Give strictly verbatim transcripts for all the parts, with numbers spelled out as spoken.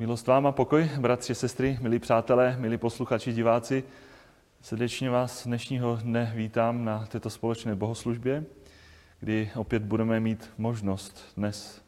Milost vám a pokoj, bratři, sestry, milí přátelé, milí posluchači, diváci. Srdečně vás dnešního dne vítám na této společné bohoslužbě, kdy opět budeme mít možnost dnes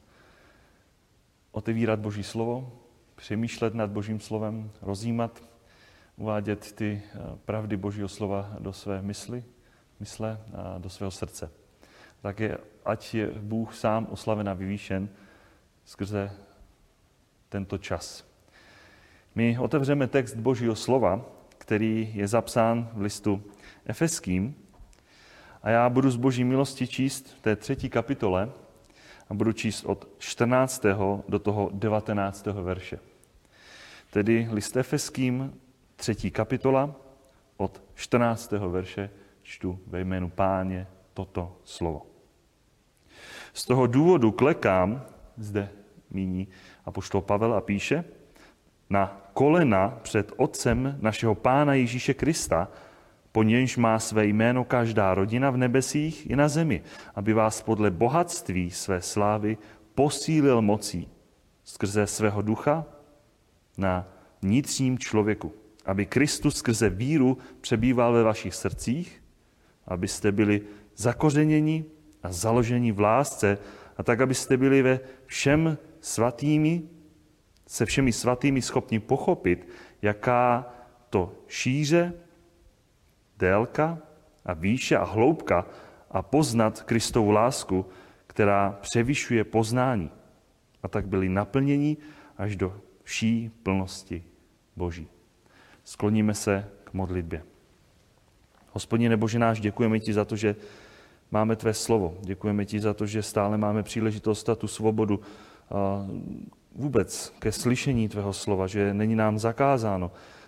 otevírat Boží slovo, přemýšlet nad Božím slovem, rozjímat, uvádět ty pravdy Božího slova do své mysli, mysle a do svého srdce. Tak je, ať je Bůh sám oslaven a vyvýšen skrze tento čas. My otevřeme text Božího slova, který je zapsán v listu Efeským, a já budu z Boží milosti číst v té třetí kapitole a budu číst od čtrnáctého do toho devatenáctého verše. Tedy list Efeským, třetí kapitola, od čtrnáctého verše čtu ve jménu Páně toto slovo. Z toho důvodu klekám, zde míní apoštol Pavel a píše, na kolena před Otcem našeho Pána Ježíše Krista, po nějž má své jméno každá rodina v nebesích i na zemi, aby vás podle bohatství své slávy posílil mocí skrze svého ducha na vnitřním člověku, aby Kristus skrze víru přebýval ve vašich srdcích, abyste byli zakořeněni a založeni v lásce, a tak, abyste byli ve všem svatými, se všemi svatými schopni pochopit, jaká to šíře, délka a výše a hloubka, a poznat Kristovu lásku, která převyšuje poznání. A tak byli naplněni až do vší plnosti Boží. Skloníme se k modlitbě. Hospodine Bože náš, děkujeme ti za to, že máme tvé slovo. Děkujeme ti za to, že stále máme příležitost a tu svobodu a vůbec ke slyšení tvého slova, že není nám zakázáno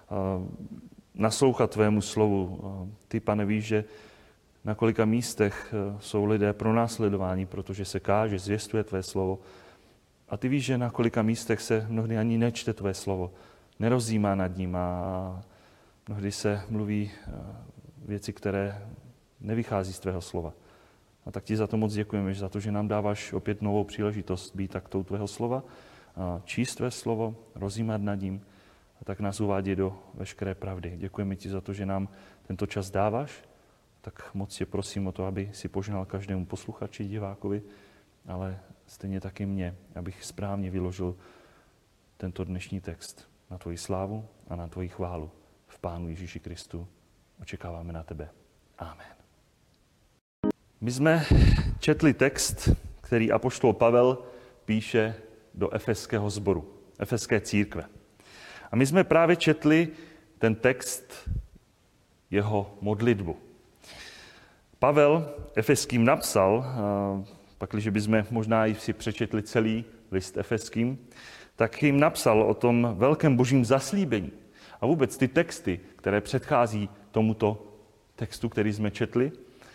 naslouchat tvému slovu. Ty, Pane, víš, že na kolika místech jsou lidé pronásledováni, protože se káže, zvěstuje tvé slovo. A ty víš, že na kolika místech se mnohdy ani nečte tvé slovo, nerozjímá nad ním a mnohdy se mluví věci, které nevychází z tvého slova. A tak ti za to moc děkujeme, za to, že nám dáváš opět novou příležitost být taktou tvého slova, a číst tvé slovo, rozjímat nad ním, a tak nás uvádí do veškeré pravdy. Děkujeme ti za to, že nám tento čas dáváš, tak moc tě prosím o to, aby si požehnal každému posluchači, divákovi, ale stejně taky mě, abych správně vyložil tento dnešní text na tvoji slávu a na tvoji chválu. V Pánu Ježíši Kristu očekáváme na tebe. Amen. My jsme četli text, který apoštol Pavel píše do efeského sboru, efeské církve. A my jsme právě četli ten text, jeho modlitbu. Pavel Efeským napsal, pakliže bychom možná i si přečetli celý list Efeským, tak jim napsal o tom velkém božím zaslíbení. A vůbec ty texty, které předchází tomuto textu, který jsme četli,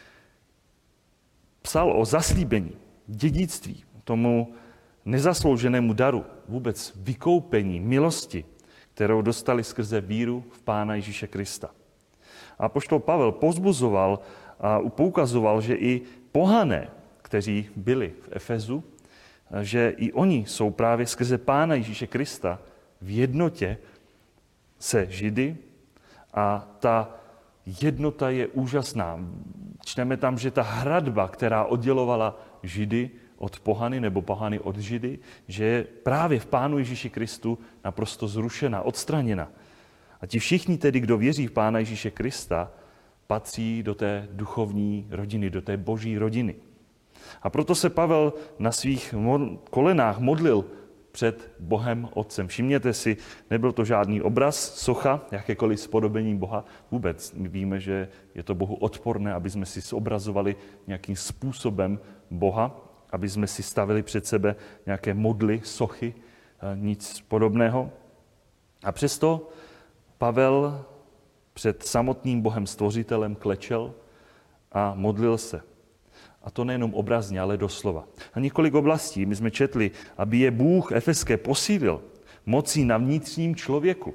psal o zaslíbení, dědictví, tomu nezaslouženému daru, vůbec vykoupení, milosti, kterou dostali skrze víru v Pána Ježíše Krista. A apoštol Pavel povzbuzoval a poukazoval, že i pohané, kteří byli v Efezu, že i oni jsou právě skrze Pána Ježíše Krista v jednotě se Židy, a ta jednota je úžasná. Čteme tam, že ta hradba, která oddělovala Židy od pohany nebo pohany od Židy, že je právě v Pánu Ježíši Kristu naprosto zrušena, odstraněna. A ti všichni tedy, kdo věří v Pána Ježíše Krista, patří do té duchovní rodiny, do té boží rodiny. A proto se Pavel na svých kolenách modlil před Bohem Otcem. Všimněte si, nebyl to žádný obraz, socha, jakékoliv spodobení Boha. Vůbec my víme, že je to Bohu odporné, aby jsme si zobrazovali nějakým způsobem Boha, aby jsme si stavili před sebe nějaké modly, sochy, nic podobného. A přesto Pavel před samotným Bohem Stvořitelem klečel a modlil se. A to nejenom obrazně, ale doslova. A několik oblastí my jsme četli, aby je Bůh efeské posílil mocí na vnitřním člověku.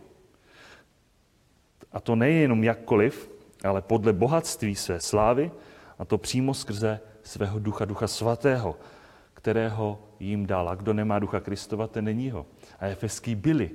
A to nejenom jakkoliv, ale podle bohatství své slávy, a to přímo skrze svého ducha, ducha svatého, kterého jim dal. A kdo nemá ducha Kristova, ten není ho. a efeský byli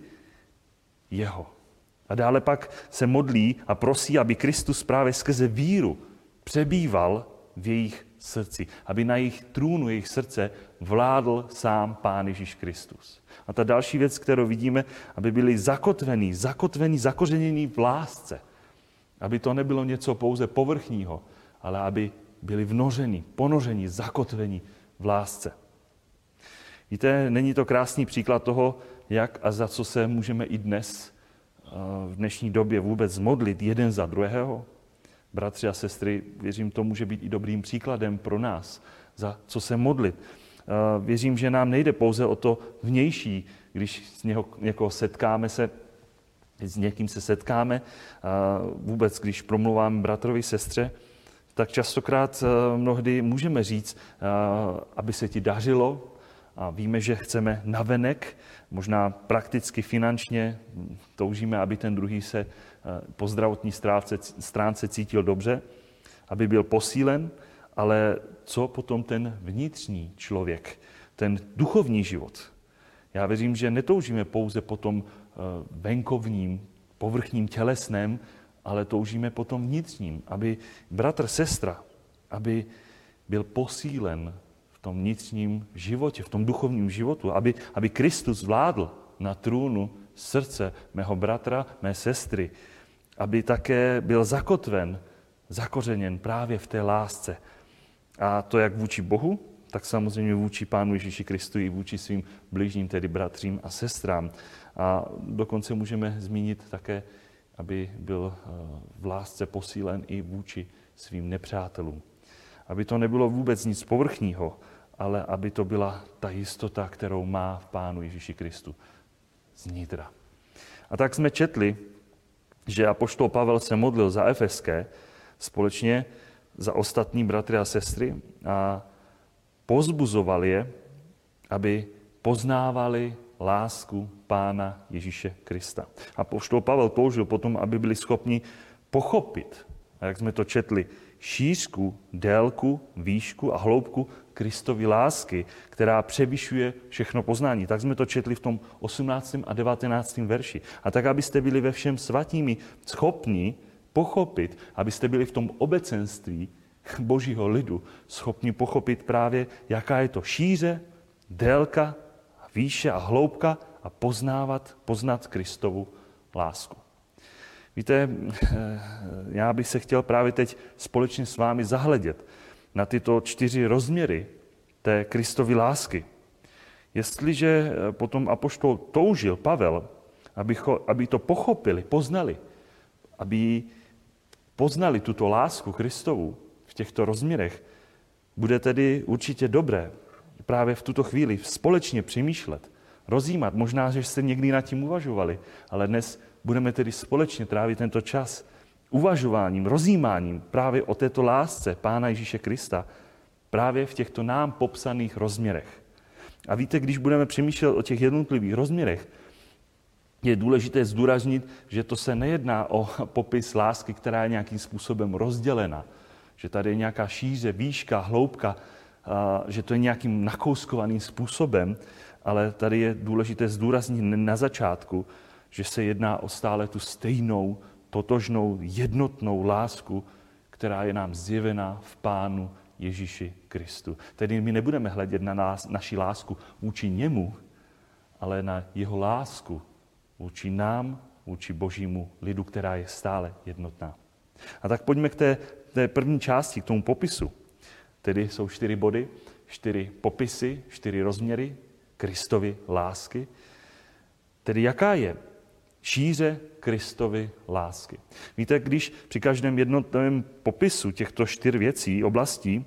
jeho. A dále pak se modlí a prosí, aby Kristus právě skrze víru přebýval v jejich srdci, aby na jejich trůnu, jejich srdce vládl sám Pán Ježíš Kristus. A ta další věc, kterou vidíme, aby byli zakotvení, zakotvení, zakořenění v lásce. Aby to nebylo něco pouze povrchního, ale aby byli vnořeni, ponořeni, zakotveni v lásce. Víte, není to krásný příklad toho, jak a za co se můžeme i dnes v dnešní době vůbec modlit jeden za druhého? Bratři a sestry, věřím, to může být i dobrým příkladem pro nás, za co se modlit. Věřím, že nám nejde pouze o to vnější, když s něho, někoho setkáme se, s někým se setkáme, vůbec když promluváme bratrovi, sestře, tak častokrát mnohdy můžeme říct, aby se ti dařilo, a víme, že chceme navenek, možná prakticky, finančně, toužíme, aby ten druhý se po zdravotní stránce, stránce cítil dobře, aby byl posílen, ale co potom ten vnitřní člověk, ten duchovní život? Já věřím, že netoužíme pouze po tom venkovním, povrchním, tělesném, ale toužíme po tom vnitřním, aby bratr, sestra, aby byl posílen v tom vnitřním životě, v tom duchovním životu, aby, aby Kristus vládl na trůnu srdce mého bratra, mé sestry, aby také byl zakotven, zakořeněn právě v té lásce. A to jak vůči Bohu, tak samozřejmě vůči Pánu Ježíši Kristu i vůči svým bližním, tedy bratřím a sestrám. A dokonce můžeme zmínit také, aby byl v lásce posílen i vůči svým nepřátelům. Aby to nebylo vůbec nic povrchního, ale aby to byla ta jistota, kterou má v Pánu Ježíši Kristu znitra. A tak jsme četli, že apoštol Pavel se modlil za efeské společně za ostatní bratry a sestry a povzbuzoval je, aby poznávali lásku Pána Ježíše Krista. A apoštol Pavel použil potom, aby byli schopni pochopit, a jak jsme to četli, šířku, délku, výšku a hloubku Kristovy lásky, která převyšuje všechno poznání. Tak jsme to četli v tom osmnáctém a devatenáctém verši. A tak, abyste byli ve všem svatými schopni pochopit, abyste byli v tom obecenství Božího lidu schopni pochopit právě, jaká je to šíře, délka, výše a hloubka a poznávat, poznat Kristovu lásku. Víte, já bych se chtěl právě teď společně s vámi zahledět na tyto čtyři rozměry té Kristovy lásky. Jestliže potom apoštol toužil, Pavel, aby, aby to pochopili, poznali, aby poznali tuto lásku Kristovu v těchto rozměrech, bude tedy určitě dobré právě v tuto chvíli společně přemýšlet, rozjímat. Možná, že jste někdy nad tím uvažovali, ale dnes budeme tedy společně trávit tento čas uvažováním, rozjímáním právě o této lásce Pána Ježíše Krista, právě v těchto nám popsaných rozměrech. A víte, když budeme přemýšlet o těch jednotlivých rozměrech, je důležité zdůraznit, že to se nejedná o popis lásky, která je nějakým způsobem rozdělena, že tady je nějaká šíře, výška, hloubka, že to je nějakým nakouskovaným způsobem, ale tady je důležité zdůraznit na začátku, že se jedná o stále tu stejnou, totožnou, jednotnou lásku, která je nám zjevená v Pánu Ježíši Kristu. Tedy my nebudeme hledět na nás, naši lásku vůči němu, ale na jeho lásku vůči nám, vůči Božímu lidu, která je stále jednotná. A tak pojďme k té, té první části, k tomu popisu. Tedy jsou čtyři body, čtyři popisy, čtyři rozměry Kristovy lásky. Tedy jaká je šíře Kristovy lásky? Víte, když při každém jednotném popisu těchto čtyř věcí, oblastí,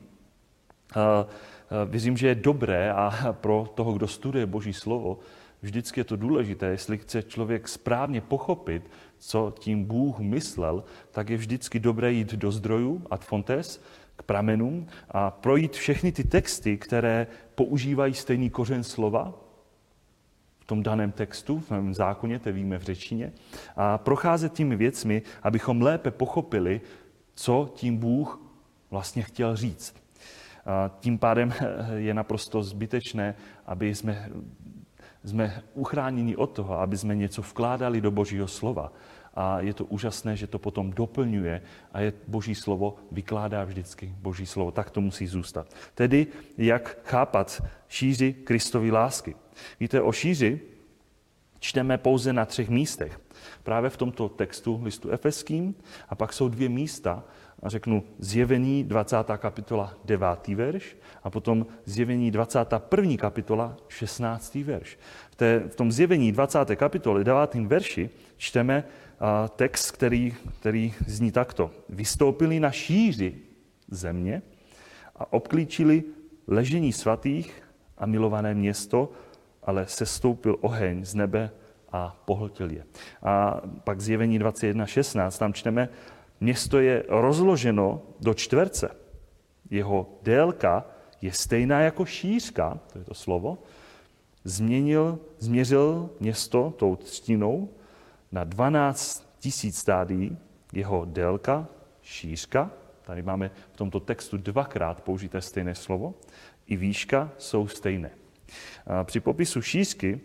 věřím, že je dobré a pro toho, kdo studuje Boží slovo, vždycky je to důležité, jestli chce člověk správně pochopit, co tím Bůh myslel, tak je vždycky dobré jít do zdrojů, ad fontes, k pramenům a projít všechny ty texty, které používají stejný kořen slova v tom daném textu, v tom zákoně, to víme v řečtině, a procházet těmi věcmi, abychom lépe pochopili, co tím Bůh vlastně chtěl říct. A tím pádem je naprosto zbytečné, aby jsme jsme uchráněni od toho, aby jsme něco vkládali do Božího slova. A je to úžasné, že to potom doplňuje a je Boží slovo vykládá vždycky Boží slovo. Tak to musí zůstat. Tedy, jak chápat šíři Kristovy lásky. Víte, o šíři čteme pouze na třech místech. Právě v tomto textu listu Efeským a pak jsou dvě místa, a řeknu Zjevení dvacátá kapitola devátý verš a potom Zjevení dvacátá první kapitola šestnáctý verš. V, té, v tom Zjevení dvacáté kapitole devátém verši čteme a, text, který, který zní takto. Vystoupili na šíři země a obklíčili ležení svatých a milované město, ale sestoupil oheň z nebe a pohltil je. A pak Zjevení dvacet jedna šestnáct, tam čteme, město je rozloženo do čtverce. Jeho délka je stejná jako šířka, to je to slovo, změnil, změřil město tou třtinou na dvanáct tisíc stádií, jeho délka, šířka, tady máme v tomto textu dvakrát použité stejné slovo, i výška jsou stejné. A při popisu šířky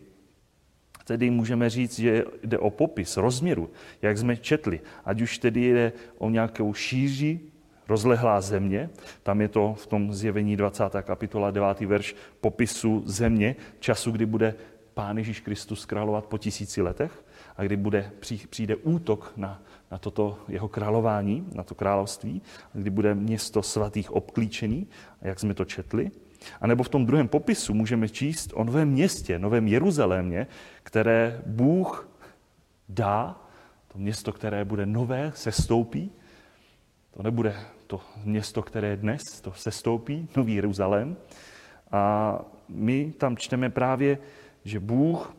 tedy můžeme říct, že jde o popis rozměru, jak jsme četli. Ať už tedy jde o nějakou šíři, rozlehlá země, tam je to v tom Zjevení dvacátá kapitola devátý verš popisu země, času, kdy bude Pán Ježíš Kristus královat po tisíci letech a kdy bude, přijde útok na, na toto jeho králování, na to království, kdy bude město svatých obklíčený, jak jsme to četli. A nebo v tom druhém popisu můžeme číst o novém městě, novém Jeruzalémě, které Bůh dá, to město, které bude nové, sestoupí. To nebude to město, které je dnes, to sestoupí, nový Jeruzalém. A my tam čteme právě, že Bůh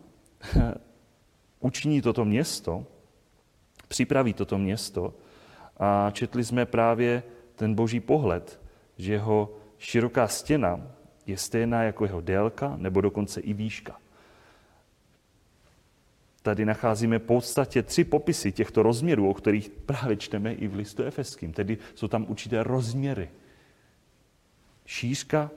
učiní toto město, připraví toto město a četli jsme právě ten Boží pohled, že jeho široká stěna je stejná jako jeho délka, nebo dokonce i výška. Tady nacházíme v podstatě tři popisy těchto rozměrů, o kterých právě čteme i v listu Efeským. Tedy jsou tam určité rozměry. Šířka,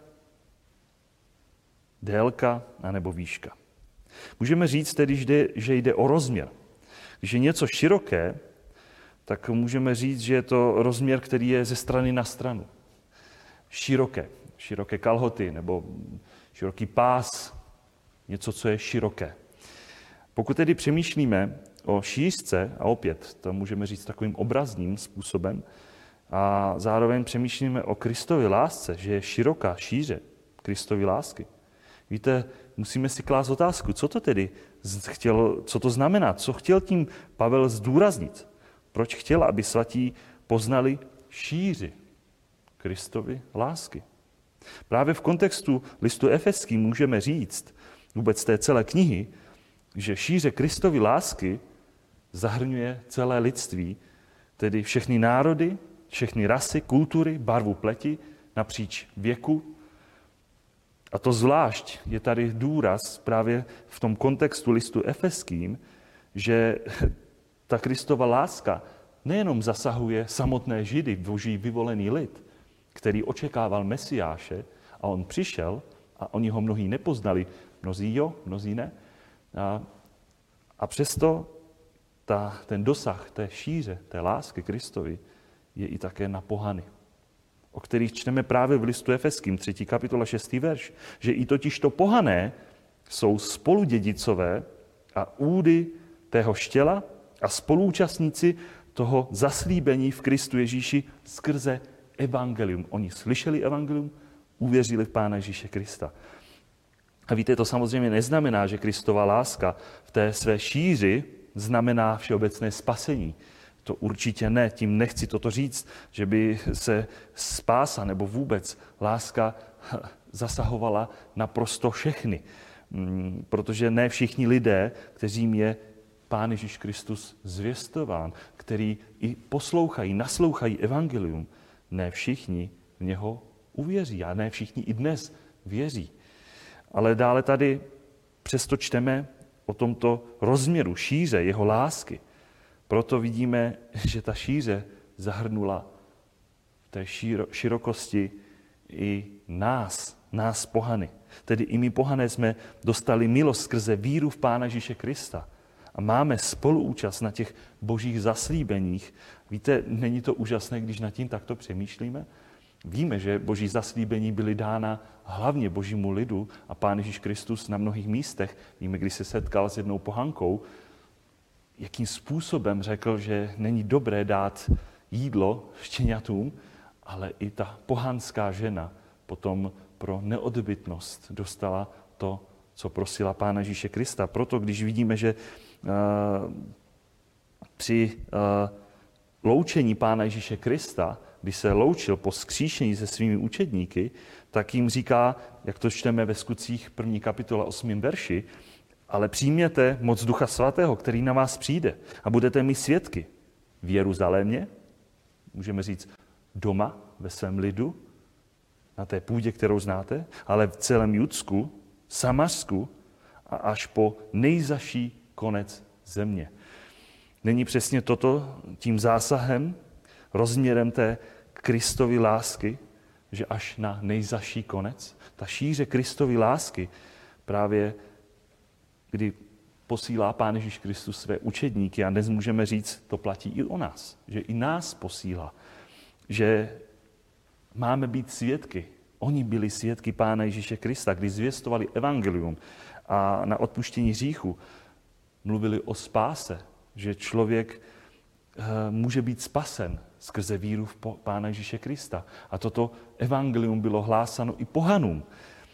délka anebo výška. Můžeme říct tedy, že jde o rozměr. Když je něco široké, tak můžeme říct, že je to rozměr, který je ze strany na stranu. Široké, široké kalhoty nebo široký pás, něco, co je široké. Pokud tedy přemýšlíme o šířce, a opět to můžeme říct takovým obrazním způsobem, a zároveň přemýšlíme o Kristově lásce, že je široká šíře Kristovy lásky. Víte, musíme si klást otázku, co to tedy chtěl, co to znamená, co chtěl tím Pavel zdůraznit. Proč chtěl, aby svatí poznali šíři Kristovy lásky. Právě v kontextu listu Efeským můžeme říct, vůbec té celé knihy, že šíře Kristovy lásky zahrnuje celé lidství, tedy všechny národy, všechny rasy, kultury, barvu pleti, napříč věku. A to zvlášť je tady důraz právě v tom kontextu listu Efeským, že ta Kristova láska nejenom zasahuje samotné Židy, boží vyvolený lid, který očekával Mesiáše a on přišel a oni ho mnohí nepoznali, mnozí jo, mnozí ne. A, a přesto ta, ten dosah té šíře, té lásky Kristovi je i také na pohany, o kterých čteme právě v listu Efeským, třetí kapitola, šestý verš, že i totiž to pohané jsou spoludědicové a údy tého štěla a spoluúčastníci toho zaslíbení v Kristu Ježíši skrze evangelium. Oni slyšeli evangelium, uvěřili v Pána Ježíše Krista. A víte, to samozřejmě neznamená, že Kristova láska v té své šíři znamená všeobecné spasení. To určitě ne, tím nechci toto říct, že by se spása nebo vůbec láska zasahovala naprosto všechny. Protože ne všichni lidé, kteřím je Pán Ježíš Kristus zvěstován, který i poslouchají, naslouchají evangelium, ne všichni v něho uvěří a ne všichni i dnes věří. Ale dále tady přesto čteme o tomto rozměru šíře jeho lásky. Proto vidíme, že ta šíře zahrnula v té širokosti i nás, nás pohany. Tedy i my pohané jsme dostali milost skrze víru v Pána Ježíše Krista. A máme spoluúčast na těch božích zaslíbeních. Víte, není to úžasné, když nad tím takto přemýšlíme? Víme, že boží zaslíbení byly dána hlavně božímu lidu a Pán Ježíš Kristus na mnohých místech. Víme, když se setkal s jednou pohankou, jakým způsobem řekl, že není dobré dát jídlo štěňatům, ale i ta pohanská žena potom pro neodbytnost dostala to, co prosila Pána Ježíše Krista. Proto, když vidíme, že uh, při uh, loučení Pána Ježíše Krista, když se loučil po vzkříšení se svými učedníky, tak jim říká, jak to čteme ve Skutcích první kapitola osmém verši, ale přijměte moc Ducha Svatého, který na vás přijde a budete mi svědky v Jeruzalémě, můžeme říct doma, ve svém lidu, na té půdě, kterou znáte, ale v celém Judsku, Samařsku a až po nejzaší konec země. Není přesně toto tím zásahem, rozměrem té Kristovy lásky, že až na nejzaší konec? Ta šíře Kristovy lásky právě, kdy posílá Pán Ježíš Kristus své učedníky a dnes můžeme říct, to platí i o nás, že i nás posílá, že máme být svědky. Oni byli svědky Pána Ježíše Krista, když zvěstovali evangelium a na odpuštění hříchu mluvili o spáse, že člověk může být spasen skrze víru v Pána Ježíše Krista. A toto evangelium bylo hlásáno i pohanům.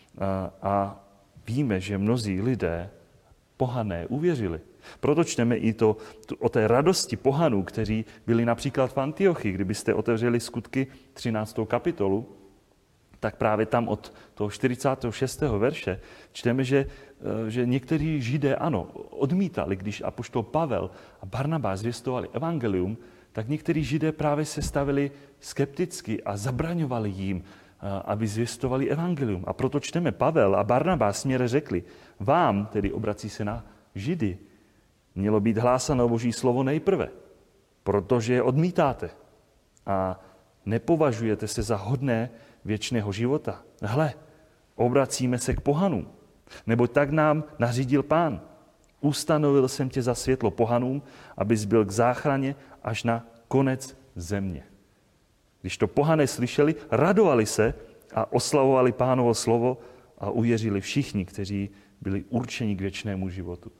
A víme, že mnozí lidé pohané uvěřili. Proto čteme i to, to o té radosti pohanů, kteří byli například v Antiochii. Kdybyste otevřeli Skutky třináctou kapitolu, tak právě tam od toho čtyřicátého šestého verše čteme, že, že někteří Židé, ano, odmítali, když apoštol Pavel a Barnabáš zvěstovali evangelium, tak někteří Židé právě se stavili skepticky a zabraňovali jim, aby zvěstovali evangelium. A proto čteme, Pavel a Barnabáš směre řekli, vám, tedy obrací se na Židy, mělo být hlásáno Boží slovo nejprve, protože je odmítáte a nepovažujete se za hodné věčného života. Hle, obracíme se k pohanům, neboť tak nám nařídil Pán. Ustanovil jsem tě za světlo pohanům, abys byl k záchraně až na konec země. Když to pohané slyšeli, radovali se a oslavovali Pánovo slovo a uvěřili všichni, kteří byli určeni k věčnému životu.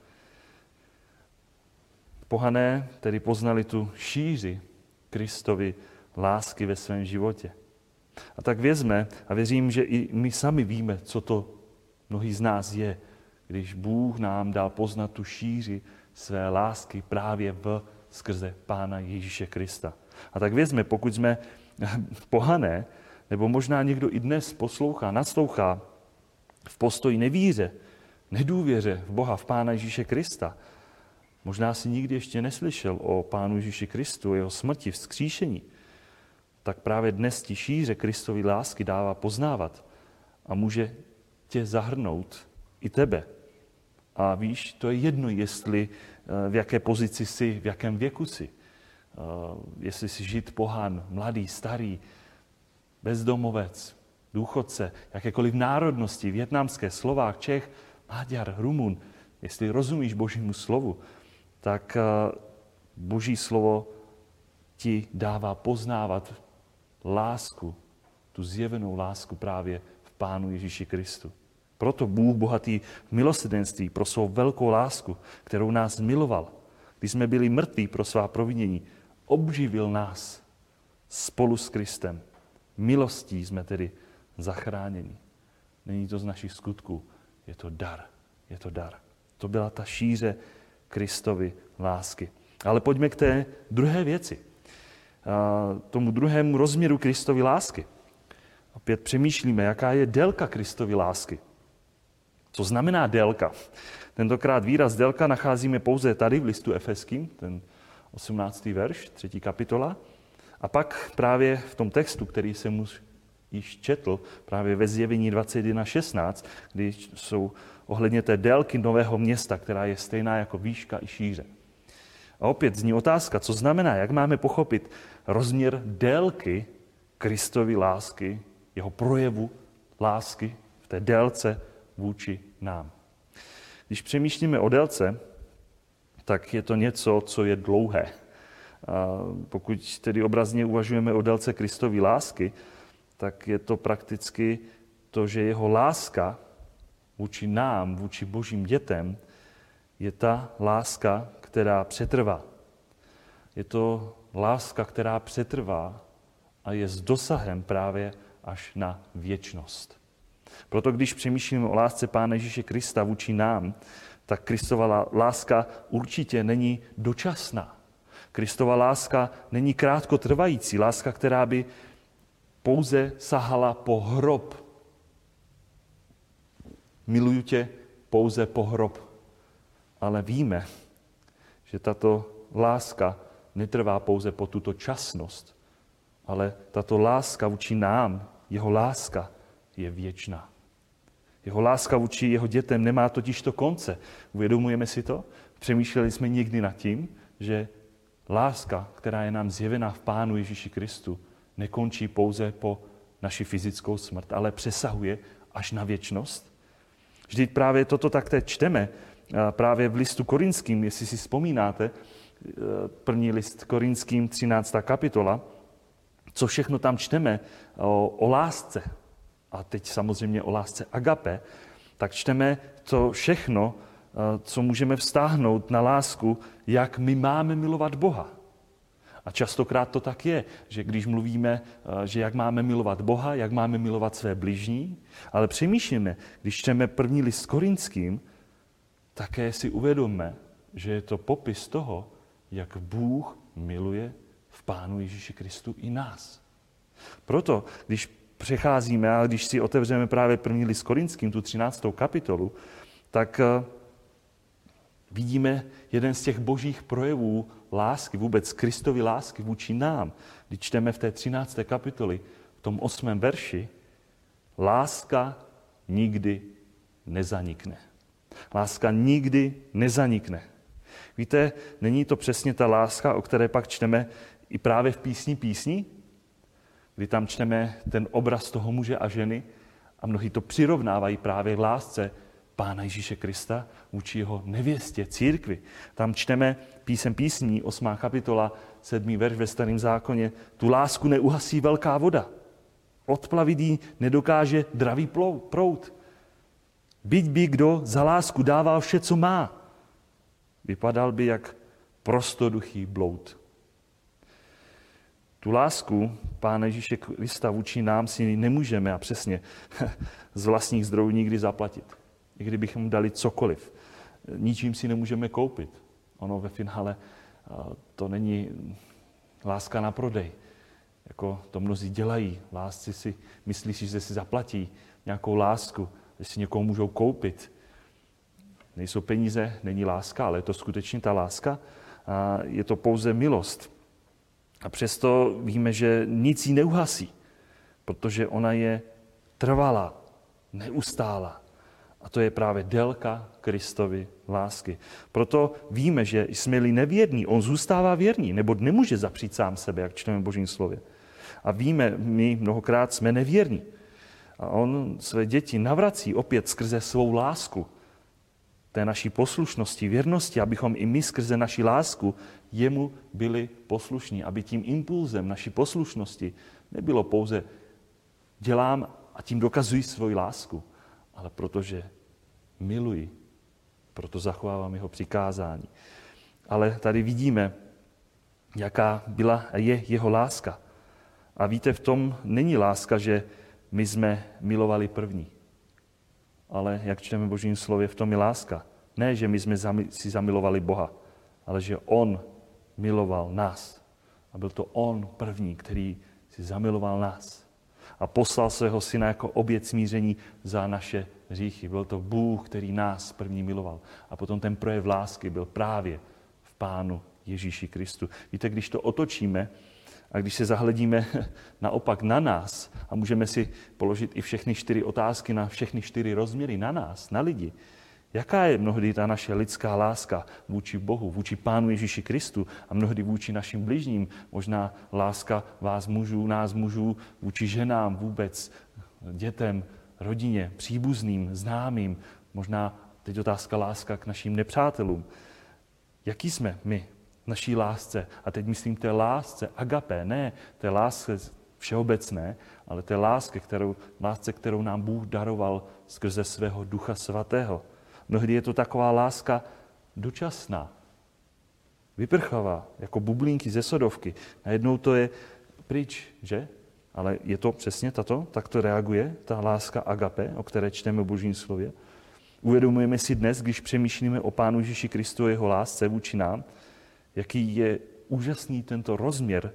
Pohané tedy poznali tu šíři Kristovy lásky ve svém životě. A tak vězme, a věřím, že i my sami víme, co to mnohý z nás je, když Bůh nám dal poznat tu šíři své lásky právě v skrze Pána Ježíše Krista. A tak vězme, pokud jsme pohané, nebo možná někdo i dnes poslouchá, naslouchá v postoji nevíře, nedůvěře v Boha, v Pána Ježíše Krista, možná si nikdy ještě neslyšel o Pánu Ježíši Kristu, jeho smrti, vzkříšení, tak právě dnes ti šíře Kristovy lásky dává poznávat a může tě zahrnout i tebe. A víš, to je jedno, jestli v jaké pozici jsi, v jakém věku jsi. Jestli jsi žid, pohan, mladý, starý, bezdomovec, důchodce, jakékoliv národnosti, vietnamské, Slovák, Čech, Maďar, Rumun, jestli rozumíš Božímu slovu, tak Boží slovo ti dává poznávat lásku, tu zjevenou lásku právě v Pánu Ježíši Kristu. Proto Bůh bohatý v milosrdenství pro svou velkou lásku, kterou nás miloval, když jsme byli mrtví pro svá provinění, obživil nás spolu s Kristem. Milostí jsme tedy zachráněni. Není to z našich skutků, je to dar. Je to dar. To byla ta šíře Kristovy lásky. Ale pojďme k té druhé věci. Tomu druhému rozměru Kristovy lásky. Opět přemýšlíme, jaká je délka Kristovy lásky. Co znamená délka? Tentokrát výraz délka nacházíme pouze tady v listu Efeským, ten osmnáctý verš, třetí kapitola. A pak právě v tom textu, který jsem už již četl, právě ve Zjevení dvacet jedna šestnáct, kdy jsou ohledně té délky nového města, která je stejná jako výška i šíře. A opět zní otázka, co znamená, jak máme pochopit rozměr délky Kristovy lásky, jeho projevu lásky v té délce vůči nám. Když přemýšlíme o délce, tak je to něco, co je dlouhé. A pokud tedy obrazně uvažujeme o délce Kristovy lásky, tak je to prakticky to, že jeho láska vůči nám, vůči božím dětem, je ta láska, která přetrvá. Je to láska, která přetrvá a je s dosahem právě až na věčnost. Proto když přemýšlíme o lásce Pána Ježíše Krista vůči nám, tak Kristova láska určitě není dočasná. Kristova láska není krátkotrvající, láska, která by pouze sahala po hrob. Miluju tě pouze po hrob. Ale víme, že tato láska netrvá pouze po tuto časnost, ale tato láska vůči nám, jeho láska, je věčná. Jeho láska vůči jeho dětem nemá totiž to konce. Uvědomujeme si to? Přemýšleli jsme někdy nad tím, že láska, která je nám zjevená v Pánu Ježíši Kristu, nekončí pouze po naši fyzickou smrt, ale přesahuje až na věčnost. Vždyť právě toto takté čteme, právě v listu Korinským, jestli si vzpomínáte, první list Korinským, třináctá kapitola, co všechno tam čteme o, o lásce, a teď samozřejmě o lásce agape, tak čteme to všechno, co můžeme vztáhnout na lásku, jak my máme milovat Boha. A častokrát to tak je, že když mluvíme, že jak máme milovat Boha, jak máme milovat své bližní, ale přemýšlíme, když čteme první list Korinským, také si uvědomme, že je to popis toho, jak Bůh miluje v Pánu Ježíši Kristu i nás. Proto, když přecházíme a když si otevřeme právě první list Korinským, tu třináctou kapitolu, tak vidíme jeden z těch božích projevů lásky, vůbec Kristovy lásky vůči nám. Když čteme v té třinácté kapitoli, v tom osmém verši, láska nikdy nezanikne. Láska nikdy nezanikne. Víte, není to přesně ta láska, o které pak čteme i právě v písni písní, kdy tam čteme ten obraz toho muže a ženy a mnohí to přirovnávají právě k lásce Pána Ježíše Krista vůči jeho nevěstě, církvi. Tam čteme písem písní, osmá kapitola, sedmý verš ve Starém zákoně. Tu lásku neuhasí velká voda. Odplavit ji nedokáže dravý proud. Byť by kdo za lásku dával vše, co má, vypadal by jak prostoduchý bloud. Tu lásku Pána Ježíše Krista vůči nám si nemůžeme a přesně z vlastních zdrojů nikdy zaplatit. I kdybychom dali cokoliv. Ničím si nemůžeme koupit. Ono ve finále to není láska na prodej. Jako to mnozí dělají. Lásci si myslí, že si zaplatí nějakou lásku, že si někoho můžou koupit. Nejsou peníze, není láska, ale je to skutečně ta láska. A je to pouze milost. A přesto víme, že nic ji neuhasí, protože ona je trvalá, neustálá. A to je právě délka Kristovy lásky. Proto víme, že jsme-li nevěrní, on zůstává věrný, nebo nemůže zapřít sám sebe, jak čteme v Božím slově. A víme, my mnohokrát jsme nevěrní. A on své děti navrací opět skrze svou lásku, té naší poslušnosti, věrnosti, abychom i my skrze naši lásku jemu byli poslušní, aby tím impulzem naší poslušnosti nebylo pouze dělám a tím dokazuji svoji lásku, ale protože miluji, proto zachovávám jeho přikázání. Ale tady vidíme, jaká byla a je jeho láska. A víte, v tom není láska, že my jsme milovali první. Ale jak čteme v Božím slově, v tom je láska. Ne, že my jsme si zamilovali Boha, ale že on miloval nás. A byl to on první, který si zamiloval nás. A poslal svého syna jako oběť smíření za naše hříchy. Byl to Bůh, který nás první miloval. A potom ten projev lásky byl právě v Pánu Ježíši Kristu. Víte, když to otočíme a když se zahledíme naopak na nás a můžeme si položit i všechny čtyři otázky na všechny čtyři rozměry na nás, na lidi, jaká je mnohdy ta naše lidská láska vůči Bohu, vůči Pánu Ježíši Kristu a mnohdy vůči našim bližním, možná láska vás mužů, nás mužů, vůči ženám vůbec, dětem, rodině, příbuzným, známým, možná teď otázka láska k našim nepřátelům. Jaký jsme my v naší lásce? A teď myslím té lásce agape, ne té lásce všeobecné, ale té lásce, kterou, lásce, kterou nám Bůh daroval skrze svého Ducha Svatého. Mnohdy je to taková láska dočasná, vyprchavá, jako bublinky ze sodovky. Najednou to je pryč, že? Ale je to přesně tato? Tak to reaguje, ta láska agape, o které čteme v Božím slově. Uvědomujeme si dnes, když přemýšlíme o Pánu Ježíši Kristu a jeho lásce vůči nám, jaký je úžasný tento rozměr,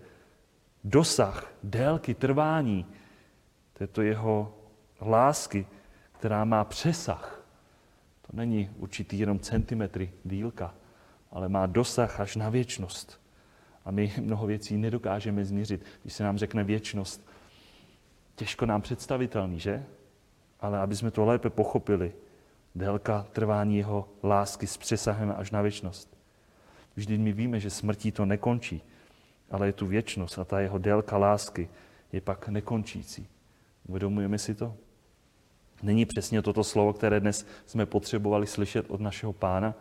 dosah, délky, trvání této jeho lásky, která má přesah. To není určitý jenom centimetry dílka, ale má dosah až na věčnost. A my mnoho věcí nedokážeme změřit. Když se nám řekne věčnost, těžko nám představitelný, že? Ale aby jsme to lépe pochopili, délka trvání jeho lásky s přesahem až na věčnost. Vždyť my víme, že smrtí to nekončí, ale je tu věčnost a ta jeho délka lásky je pak nekončící. Uvědomujeme si to? Není přesně toto slovo, které dnes jsme potřebovali slyšet od našeho Pána?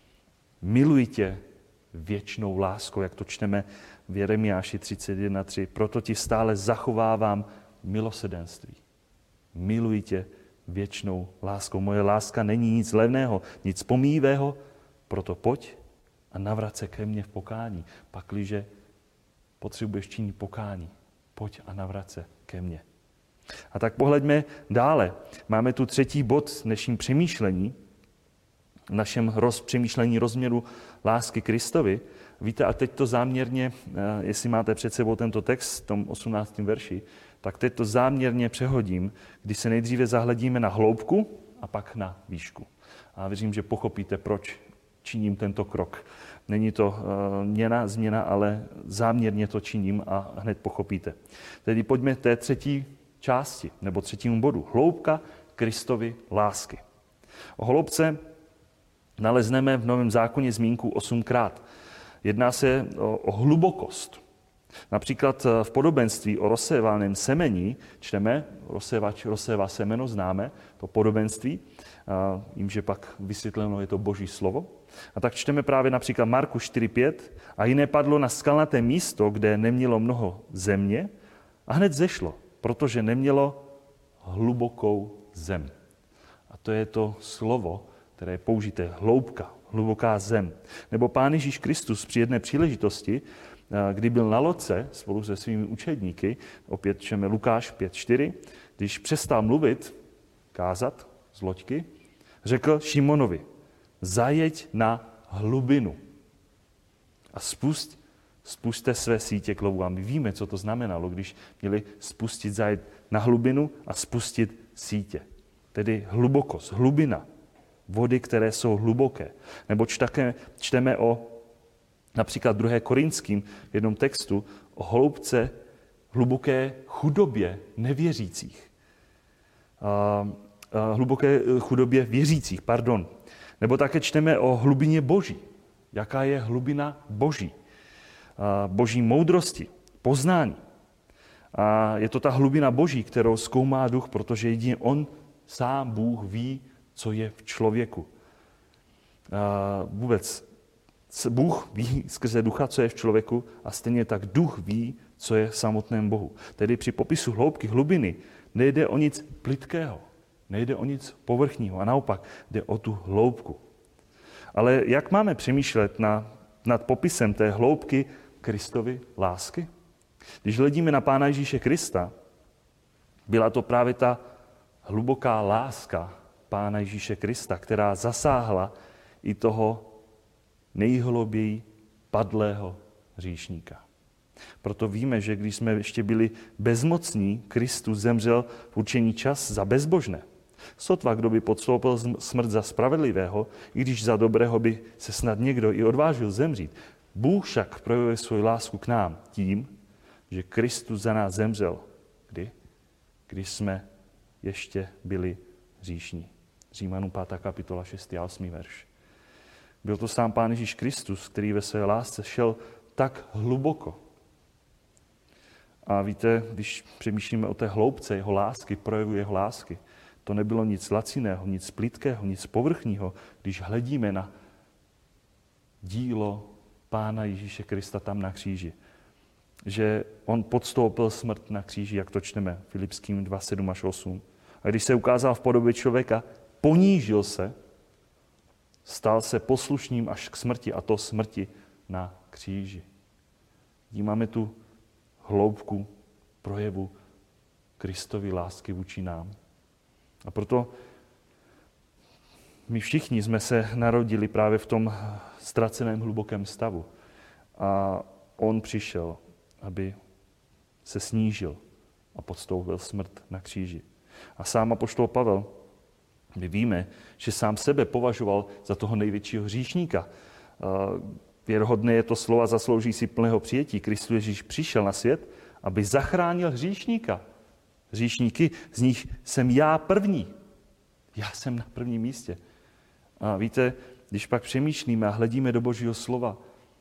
Miluji tě věčnou láskou, jak to čteme v Jeremiáši třicet jedna tři. Proto ti stále zachovávám milosedenství. Miluji tě věčnou láskou. Moje láska není nic levného, nic pomíjivého, proto pojď a navrat se ke mně v pokání. Pakliže potřebuješ činit pokání, pojď a navrat se ke mně. A tak pohleďme dále. Máme tu třetí bod v dnešním přemýšlení, v našem roz, přemýšlení rozměru lásky Kristovi. Víte, a teď to záměrně, jestli máte před sebou tento text v tom osmnáctém verši, tak teď to záměrně přehodím, když se nejdříve zahledíme na hloubku a pak na výšku. A věřím, že pochopíte, proč činím tento krok. Není to uh, měna, změna, ale záměrně to činím a hned pochopíte. Tedy pojďme té třetí části, nebo třetímu bodu. Hloubka Kristovy lásky. O hloubce nalezneme v Novém zákoně zmínku osmkrát. Jedná se o, o hlubokost. Například v podobenství o rozsévaném semení čteme, rozsévač rozsévá semeno, známe to podobenství, jím, že pak vysvětleno je to Boží slovo. A tak čteme právě například Marku čtyři pět a jiné padlo na skalnaté místo, kde nemělo mnoho země a hned zešlo, protože nemělo hlubokou zem. A to je to slovo, které je použité, hloubka, hluboká zem. Nebo Pán Ježíš Kristus při jedné příležitosti, kdy byl na lodce spolu se svými učedníky, opět čteme Lukáš pět čtyři, když přestal mluvit, kázat z loďky, řekl Šimonovi, zajeď na hlubinu a spust, spuste své sítě k lovu. A my víme, co to znamenalo, když měli spustit, zajet na hlubinu a spustit sítě. Tedy hlubokost, hlubina, vody, které jsou hluboké. Nebo také čteme o například druhé Korinským v jednom textu o hloubce, hluboké chudobě nevěřících. A, a hluboké chudobě věřících, pardon. Nebo také čteme o hlubině Boží. Jaká je hlubina Boží? A boží moudrosti, poznání. A je to ta hlubina Boží, kterou zkoumá duch, protože jedině on sám Bůh ví, co je v člověku. A vůbec Bůh ví skrze ducha, co je v člověku a stejně tak duch ví, co je v samotném Bohu. Tedy při popisu hloubky, hlubiny nejde o nic plytkého, nejde o nic povrchního a naopak jde o tu hloubku. Ale jak máme přemýšlet na, nad popisem té hloubky Kristovy lásky? Když hledíme na Pána Ježíše Krista, byla to právě ta hluboká láska Pána Ježíše Krista, která zasáhla i toho nejhluběji padlého hříšníka. Proto víme, že když jsme ještě byli bezmocní, Kristus zemřel v určený čas za bezbožné. Sotva, kdo by podstoupil smrt za spravedlivého, i když za dobrého by se snad někdo i odvážil zemřít. Bůh však projevuje svou lásku k nám tím, že Kristus za nás zemřel. Kdy? Když jsme ještě byli hříšní. Římanům pátá kapitola šestý a osmý verš. Byl to sám Pán Ježíš Kristus, který ve své lásce šel tak hluboko. A víte, když přemýšlíme o té hloubce jeho lásky, projevu jeho lásky, To nebylo nic laciného, nic plytkého, nic povrchního, když hledíme na dílo Pána Ježíše Krista tam na kříži. Že on podstoupil smrt na kříži, jak to čteme Filipským dva, sedm až osm. A když se ukázal v podobě člověka, ponížil se, stal se poslušným až k smrti, a to smrti na kříži. Máme tu hloubku projevu Kristovy lásky vůči nám. A proto my všichni jsme se narodili právě v tom ztraceném hlubokém stavu. A on přišel, aby se snížil a podstoupil smrt na kříži. A sám apoštol Pavel, my víme, že sám sebe považoval za toho největšího hříšníka. Věrohodné je to slova, zaslouží si plného přijetí. Kristus Ježíš přišel na svět, aby zachránil hříšníka. Hříšníky, z nich jsem já první. Já jsem na prvním místě. A víte, když pak přemýšlíme a hledíme do Božího slova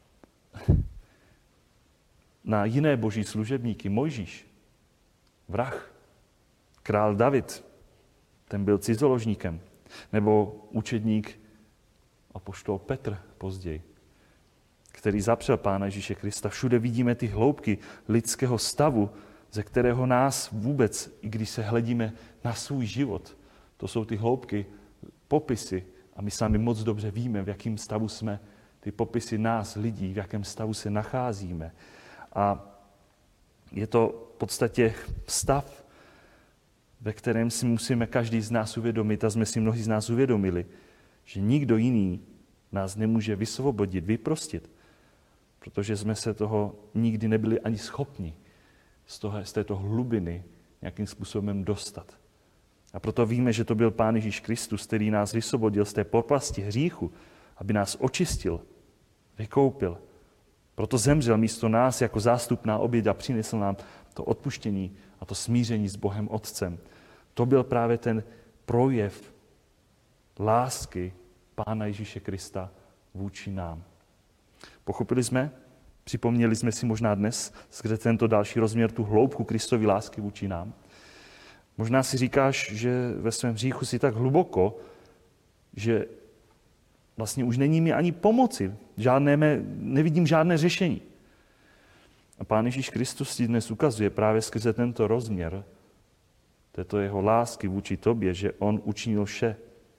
na jiné boží služebníky, Mojžíš, vrah, král David, ten byl cizoložníkem, nebo učedník apoštol Petr později, který zapřel Pána Ježíše Krista. Všude vidíme ty hloubky lidského stavu, ze kterého nás vůbec, i když se hledíme na svůj život, to jsou ty hloubky, popisy, a my sami moc dobře víme, v jakém stavu jsme, ty popisy nás, lidí, v jakém stavu se nacházíme. A je to v podstatě stav, ve kterém si musíme každý z nás uvědomit, a jsme si mnohí z nás uvědomili, že nikdo jiný nás nemůže vysvobodit, vyprostit, protože jsme se toho nikdy nebyli ani schopni z, toho, z této hlubiny nějakým způsobem dostat. A proto víme, že to byl Pán Ježíš Kristus, který nás vysvobodil z té propasti hříchu, aby nás očistil, vykoupil. Proto zemřel místo nás jako zástupná oběť a přinesl nám to odpuštění a to smíření s Bohem Otcem. To byl právě ten projev lásky Pána Ježíše Krista vůči nám. Pochopili jsme? Připomněli jsme si možná dnes skrze tento další rozměr tu hloubku Kristovy lásky vůči nám. Možná si říkáš, že ve svém hříchu si tak hluboko, že vlastně už není mi ani pomoci. Žádné mé, nevidím žádné řešení. A Pán Ježíš Kristus ti dnes ukazuje právě skrze tento rozměr této jeho lásky vůči tobě, že on učinil vše,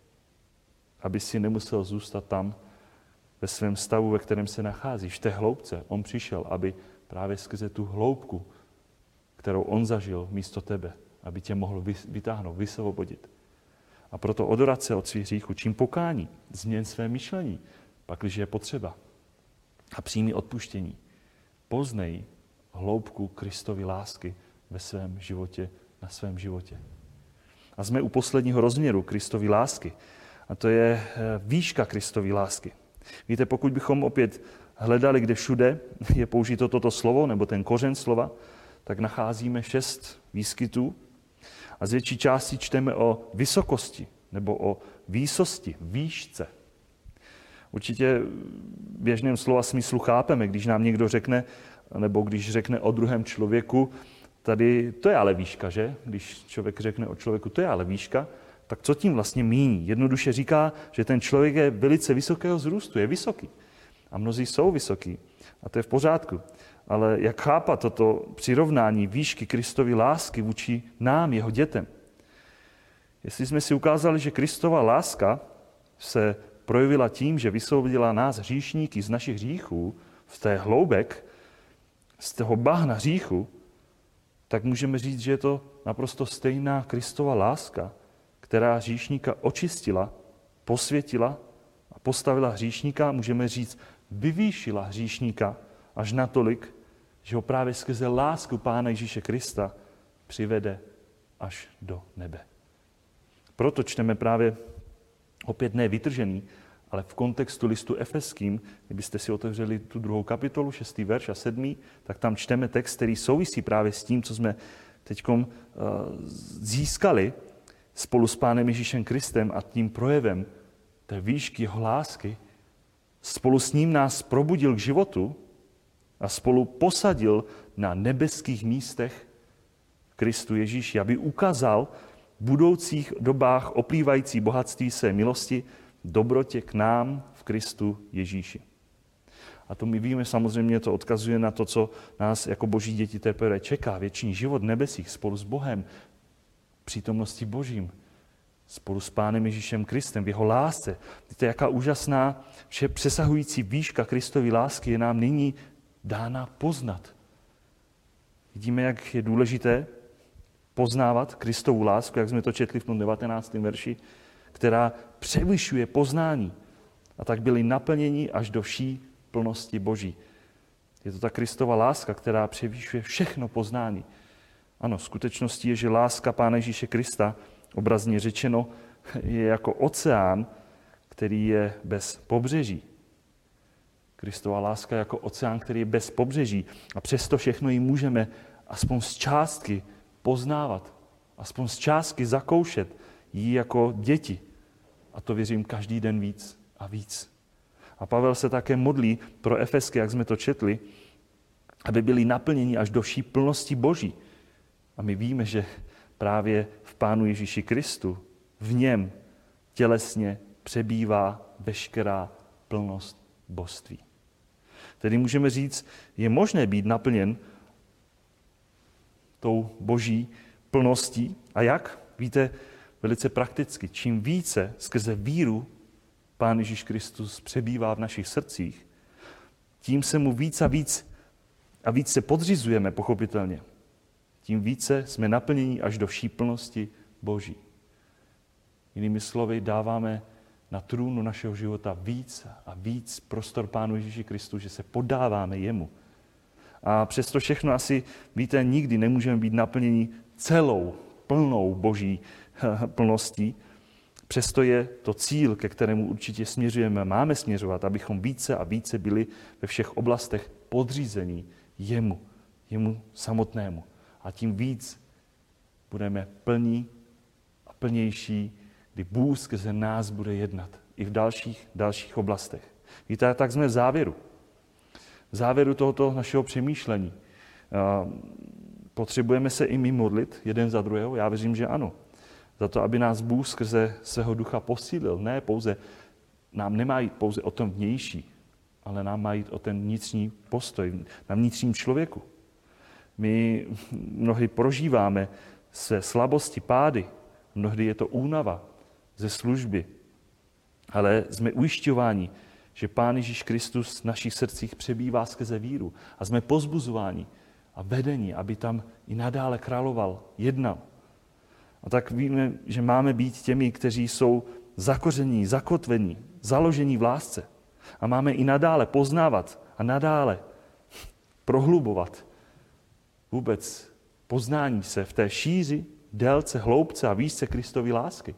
aby si nemusel zůstat tam ve svém stavu, ve kterém se nacházíš, v té hloubce. On přišel, aby právě skrze tu hloubku, kterou on zažil místo tebe, aby tě mohl vytáhnout, vysvobodit. A proto odorat se od svých hříchů, čím pokání, změň své myšlení, pakliže je potřeba. A přijmi odpuštění. Poznej hloubku Kristovy lásky ve svém životě, na svém životě. A jsme u posledního rozměru Kristovy lásky. A to je výška Kristovy lásky. Víte, pokud bychom opět hledali, kde všude je použito toto slovo, nebo ten kořen slova, tak nacházíme šest výskytů. A z větší části čteme o vysokosti nebo o výsosti, výšce. Určitě v běžném slova smyslu chápeme, když nám někdo řekne, nebo když řekne o druhém člověku, tady to je ale výška, že? Když člověk řekne o člověku, to je ale výška, tak co tím vlastně míní? Jednoduše říká, že ten člověk je velice vysokého vzrůstu, je vysoký. A mnozí jsou vysoký. A to je v pořádku. Ale jak chápat toto přirovnání výšky Kristovy lásky vůči nám, jeho dětem? Jestli jsme si ukázali, že Kristova láska se projevila tím, že vysvobodila nás hříšníky z našich hříchů, z té hloubek, z toho bahna hříchu, tak můžeme říct, že je to naprosto stejná Kristova láska, která hříšníka očistila, posvětila a postavila hříšníka, můžeme říct, vyvýšila hříšníka až natolik, že ho právě skrze lásku Pána Ježíše Krista přivede až do nebe. Proto čteme právě opět ne vytržený, ale v kontextu listu Efeským, kdybyste si otevřeli tu druhou kapitolu, šestý verš a sedmý, tak tam čteme text, který souvisí právě s tím, co jsme teď uh, získali spolu s Pánem Ježíšem Kristem a tím projevem té výšky jeho lásky. Spolu s ním nás probudil k životu a spolu posadil na nebeských místech v Kristu Ježíši, aby ukázal budoucích dobách oplývající bohatství své milosti, dobrotě k nám v Kristu Ježíši. A to my víme, samozřejmě to odkazuje na to, co nás jako boží děti teprve čeká. Věčný život v nebesích spolu s Bohem, přítomnosti Božím, spolu s Pánem Ježíšem Kristem, v jeho lásce. Víte, jaká úžasná, vše přesahující výška Kristovy lásky je nám nyní dána poznat. Vidíme, jak je důležité poznávat Kristovu lásku, jak jsme to četli v tom devatenáctém verši, která převyšuje poznání. A tak byli naplněni až do vší plnosti Boží. Je to ta Kristova láska, která převyšuje všechno poznání. Ano, skutečností je, že láska Pána Ježíše Krista, obrazně řečeno, je jako oceán, který je bez pobřeží. Kristova láska je jako oceán, který je bez pobřeží. A přesto všechno ji můžeme aspoň z částky poznávat. Aspoň z částky zakoušet ji jako děti. A to věřím každý den víc a víc. A Pavel se také modlí pro Efesky, jak jsme to četli, aby byli naplněni až do vší plnosti Boží. A my víme, že právě v Pánu Ježíši Kristu, v něm tělesně přebývá veškerá plnost božství. Tedy můžeme říct, je možné být naplněn tou boží plností. A jak? Víte, velice prakticky. Čím více skrze víru Pán Ježíš Kristus přebývá v našich srdcích, tím se mu víc a víc a víc se podřizujeme, pochopitelně. Tím více jsme naplněni až do vší plnosti Boží. Jinými slovy, dáváme na trůnu našeho života víc a víc prostor Pánu Ježíši Kristu, že se podáváme jemu. A přesto všechno asi, víte, nikdy nemůžeme být naplněni celou, plnou Boží plností. Přesto je to cíl, ke kterému určitě směřujeme, máme směřovat, abychom více a více byli ve všech oblastech podřízení jemu, jemu samotnému. A tím víc budeme plní a plnější, kdy Bůh skrze nás bude jednat i v dalších, dalších oblastech. Víte, tak jsme v závěru. V závěru tohoto našeho přemýšlení. Potřebujeme se i my modlit jeden za druhého? Já věřím, že ano. Za to, aby nás Bůh skrze svého ducha posílil. Ne pouze, nám nemá jít pouze o tom vnější, ale nám má jít o ten vnitřní postoj, na vnitřním člověku. My mnohdy prožíváme se slabosti, pády, mnohdy je to únava ze služby, ale jsme ujišťováni, že Pán Ježíš Kristus v našich srdcích přebývá skrze víru a jsme pozbuzováni a vedeni, aby tam i nadále královal, jednal. A tak víme, že máme být těmi, kteří jsou zakoření, zakotvení, založení v lásce. A máme i nadále poznávat a nadále prohlubovat vůbec poznání se v té šíři, délce, hloubce a výšce Kristovy lásky,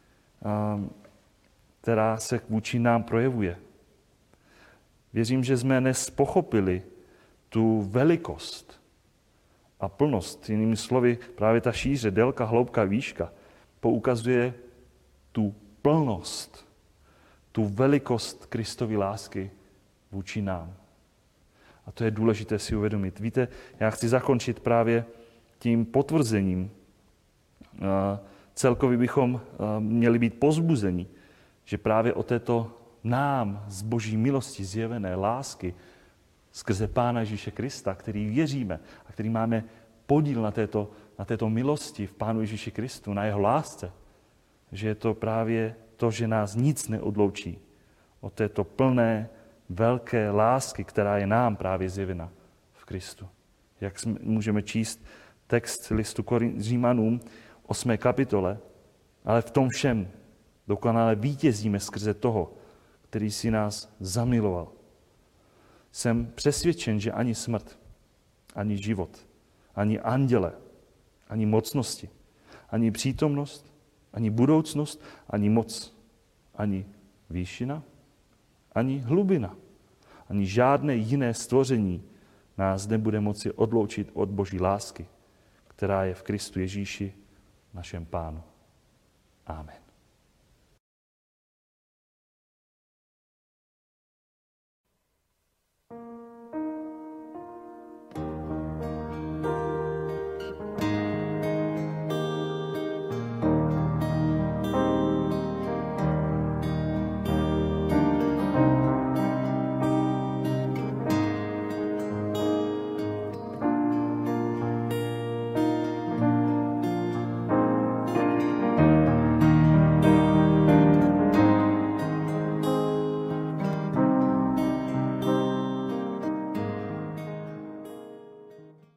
která se vůči nám projevuje. Věřím, že jsme dnes pochopili tu velikost a plnost. Jinými slovy, právě ta šíře, délka, hloubka, výška poukazuje tu plnost, tu velikost Kristovy lásky vůči nám. A to je důležité si uvědomit. Víte, já chci zakončit právě tím potvrzením. Celkově bychom měli být pozbuzeni, že právě o této nám z Boží milosti zjevené lásky skrze Pána Ježíše Krista, který věříme a který máme podíl na této, na této milosti v Pánu Ježíši Kristu, na jeho lásce, že je to právě to, že nás nic neodloučí od této plné, velké lásky, která je nám právě zjevena v Kristu. Jak můžeme číst text listu Římanům, osmé kapitole, ale v tom všem dokonale vítězíme skrze toho, který si nás zamiloval. Jsem přesvědčen, že ani smrt, ani život, ani anděle, ani mocnosti, ani přítomnost, ani budoucnost, ani moc, ani výšina, ani hlubina, ani žádné jiné stvoření nás nebude moci odloučit od Boží lásky, která je v Kristu Ježíši, našem Pánu. Amen.